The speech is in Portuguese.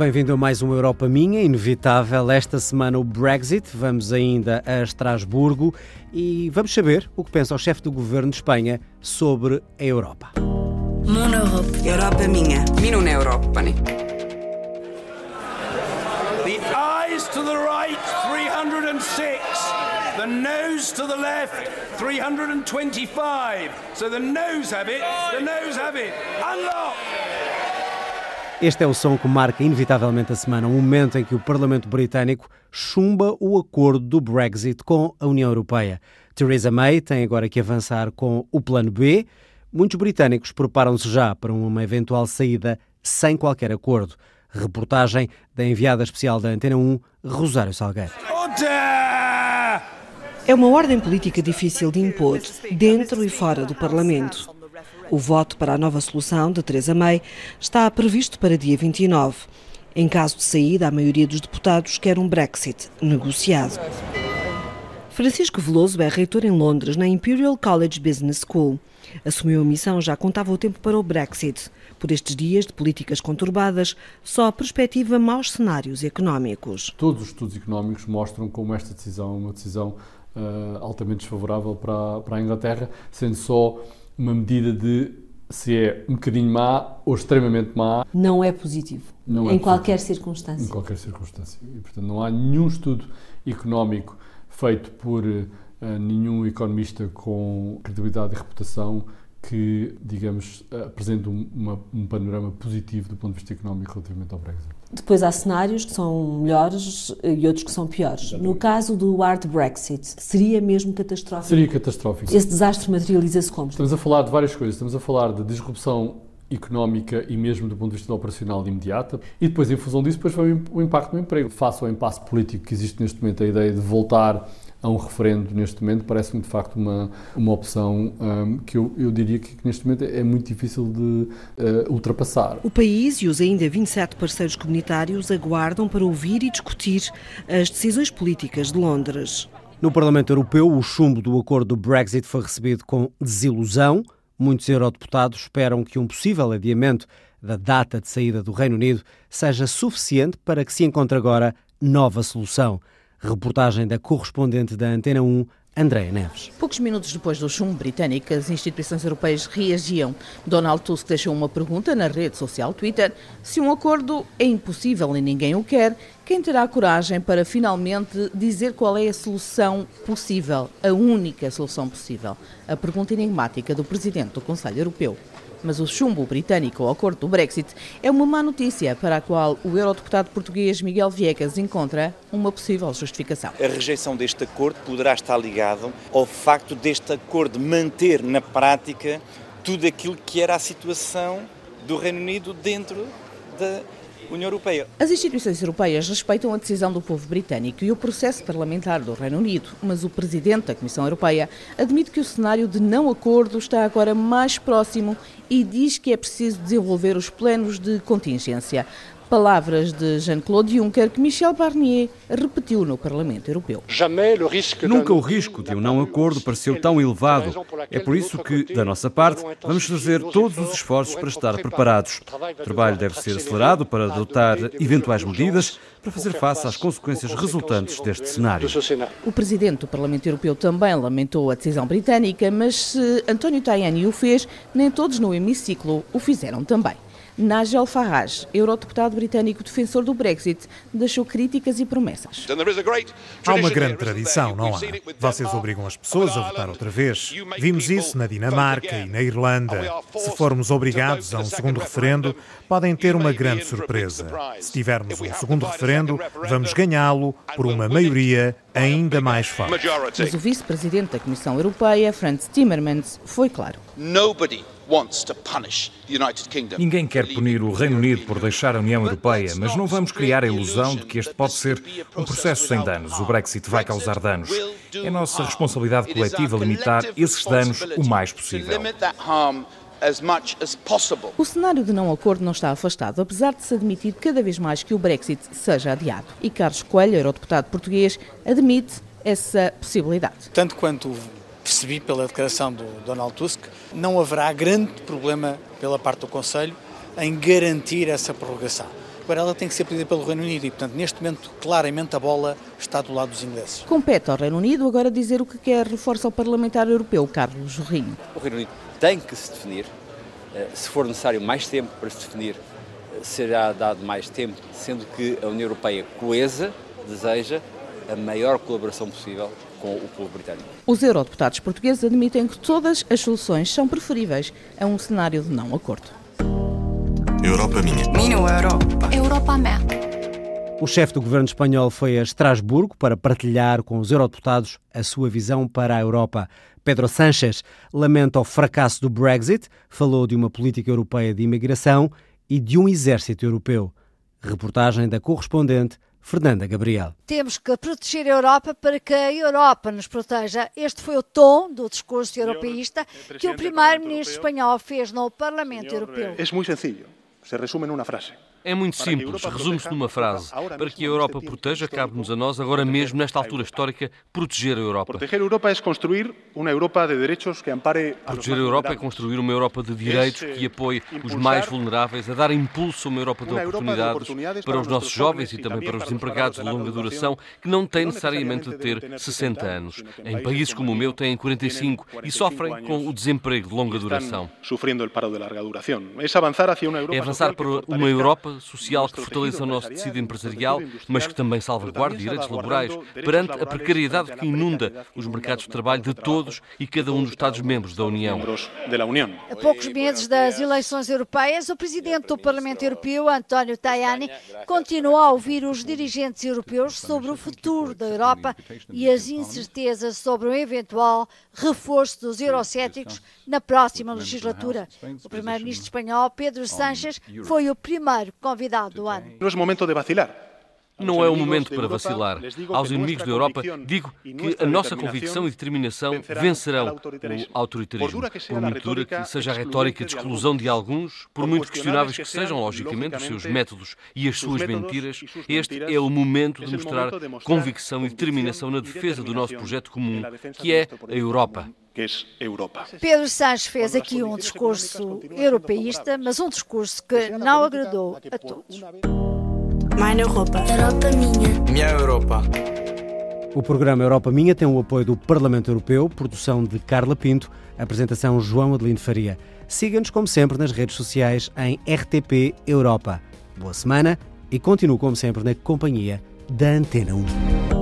bem-vindo a mais uma Europa Minha, inevitável. Esta semana o Brexit, vamos ainda a Estrasburgo e vamos saber o que pensa o chefe do governo de Espanha sobre a Europa. Mon Europe. Europa minha. Minun Eurooppani. The eyes to the right, 306. The nose to the left, 325. So the nose have it, the nose have it. Unlock! Este é o som que marca inevitavelmente a semana, um momento em que o Parlamento Britânico chumba o acordo do Brexit com a União Europeia. Theresa May tem agora que avançar com o plano B. Muitos britânicos preparam-se já para uma eventual saída sem qualquer acordo. Reportagem da enviada especial da Antena 1, Rosário Salgueiro. É uma ordem política difícil de impor, dentro e fora do Parlamento. O voto para a nova solução de Theresa May está previsto para dia 29. Em caso de saída, a maioria dos deputados quer um Brexit negociado. Francisco Veloso é reitor em Londres, na Imperial College Business School. Assumiu a missão, já contava o tempo para o Brexit. Por estes dias de políticas conturbadas, só perspectiva maus cenários económicos. Todos os estudos económicos mostram como esta decisão é uma decisão altamente desfavorável para a Inglaterra, sendo só uma medida de se é um bocadinho má ou extremamente má. Não é positivo, em qualquer circunstância. Em qualquer circunstância. E, portanto, não há nenhum estudo económico feito por nenhum economista com credibilidade e reputação que, digamos, apresente um panorama positivo do ponto de vista económico relativamente ao Brexit. Depois há cenários que são melhores e outros que são piores. No caso do hard Brexit, seria mesmo catastrófico? Seria catastrófico. Esse desastre materializa-se como? Estamos a falar de várias coisas. Estamos a falar de disrupção económica e mesmo do ponto de vista operacional imediata. E depois, em função disso, depois foi o impacto no emprego. Face ao impasse político que existe neste momento, a ideia de voltar a um referendo neste momento parece-me de facto uma opção que eu diria que neste momento é muito difícil de ultrapassar. O país e os ainda 27 parceiros comunitários aguardam para ouvir e discutir as decisões políticas de Londres. No Parlamento Europeu, o chumbo do acordo do Brexit foi recebido com desilusão. Muitos eurodeputados esperam que um possível adiamento da data de saída do Reino Unido seja suficiente para que se encontre agora nova solução. Reportagem da correspondente da Antena 1, Andréa Neves. Poucos minutos depois do chumbo britânico, as instituições europeias reagiam. Donald Tusk deixou uma pergunta na rede social Twitter. Se um acordo é impossível e ninguém o quer, quem terá coragem para finalmente dizer qual é a solução possível, a única solução possível? A pergunta enigmática do presidente do Conselho Europeu. Mas o chumbo britânico ao acordo do Brexit é uma má notícia para a qual o eurodeputado português Miguel Viegas encontra uma possível justificação. A rejeição deste acordo poderá estar ligado ao facto deste acordo manter na prática tudo aquilo que era a situação do Reino Unido dentro da União Europeia. As instituições europeias respeitam a decisão do povo britânico e o processo parlamentar do Reino Unido, mas o presidente da Comissão Europeia admite que o cenário de não acordo está agora mais próximo e diz que é preciso desenvolver os planos de contingência. Palavras de Jean-Claude Juncker que Michel Barnier repetiu no Parlamento Europeu. Nunca o risco de um não acordo pareceu tão elevado. É por isso que, da nossa parte, vamos fazer todos os esforços para estar preparados. O trabalho deve ser acelerado para adotar eventuais medidas para fazer face às consequências resultantes deste cenário. O presidente do Parlamento Europeu também lamentou a decisão britânica, mas se António Tajani o fez, nem todos no hemiciclo o fizeram também. Nigel Farage, eurodeputado britânico defensor do Brexit, deixou críticas e promessas. Há uma grande tradição, não há? Vocês obrigam as pessoas a votar outra vez. Vimos isso na Dinamarca e na Irlanda. Se formos obrigados a um segundo referendo, podem ter uma grande surpresa. Se tivermos um segundo referendo, vamos ganhá-lo por uma maioria ainda mais forte. Mas o vice-presidente da Comissão Europeia, Frans Timmermans, foi claro. Ninguém quer punir o Reino Unido por deixar a União Europeia, mas não vamos criar a ilusão de que este pode ser um processo sem danos. O Brexit vai causar danos. É nossa responsabilidade coletiva limitar esses danos o mais possível. O cenário de não acordo não está afastado, apesar de se admitir cada vez mais que o Brexit seja adiado. E Carlos Coelho, eurodeputado português, admite essa possibilidade. Tanto quanto percebi pela declaração do Donald Tusk, não haverá grande problema pela parte do Conselho em garantir essa prorrogação. para ela tem que ser pedida pelo Reino Unido e, portanto, neste momento, claramente a bola está do lado dos ingleses. Compete ao Reino Unido agora dizer o que quer, reforça o parlamentar europeu Carlos Jorrinho. O Reino Unido tem que se definir, se for necessário mais tempo para se definir, será dado mais tempo, sendo que a União Europeia coesa deseja a maior colaboração possível com o povo britânico. Os eurodeputados portugueses admitem que todas as soluções são preferíveis a um cenário de não acordo. Europa minha. Minha Europa. Europa minha. O chefe do governo espanhol foi a Estrasburgo para partilhar com os eurodeputados a sua visão para a Europa. Pedro Sánchez lamenta o fracasso do Brexit, falou de uma política europeia de imigração e de um exército europeu. Reportagem da correspondente Fernanda Gabriel. Temos que proteger a Europa para que a Europa nos proteja. Este foi o tom do discurso europeísta que o primeiro-ministro espanhol fez no Parlamento Europeu. É muito sencillo. Se resume numa frase. É muito simples, resume-se numa frase. Para que a Europa proteja, cabe-nos a nós, agora mesmo, nesta altura histórica, proteger a Europa. Proteger a Europa é construir uma Europa de direitos que ampare... Proteger a Europa é construir uma Europa de direitos que apoie os mais vulneráveis, a dar impulso a uma Europa de oportunidades para os nossos jovens e também para os desempregados de longa duração, que não têm necessariamente de ter 60 anos. Em países como o meu têm 45 e sofrem com o desemprego de longa duração. É avançar para uma Europa social que fortaleça o nosso tecido empresarial, mas que também salvaguarde direitos laborais perante a precariedade que inunda os mercados de trabalho de todos e cada um dos Estados-membros da União. A poucos meses das eleições europeias, o presidente do Parlamento Europeu, António Tajani, continua a ouvir os dirigentes europeus sobre o futuro da Europa e as incertezas sobre o eventual reforço dos eurocéticos na próxima legislatura. O primeiro-ministro espanhol, Pedro Sánchez, foi o primeiro convidado do ano. Não é momento de vacilar. Não é o momento para vacilar. Aos inimigos da Europa, digo que a nossa convicção e determinação vencerão o autoritarismo. Por muito dura que seja a retórica de exclusão de alguns, por muito questionáveis que sejam, logicamente, os seus métodos e as suas mentiras, este é o momento de mostrar convicção e determinação na defesa do nosso projeto comum, que é a Europa. Pedro Sánchez fez aqui um discurso europeísta, mas um discurso que não agradou a todos. Minha Europa. Europa minha. Minha Europa. O programa Europa Minha tem o apoio do Parlamento Europeu, produção de Carla Pinto, apresentação João Adelino Faria. Siga-nos, como sempre, nas redes sociais em RTP Europa. Boa semana e continuo, como sempre, na companhia da Antena 1.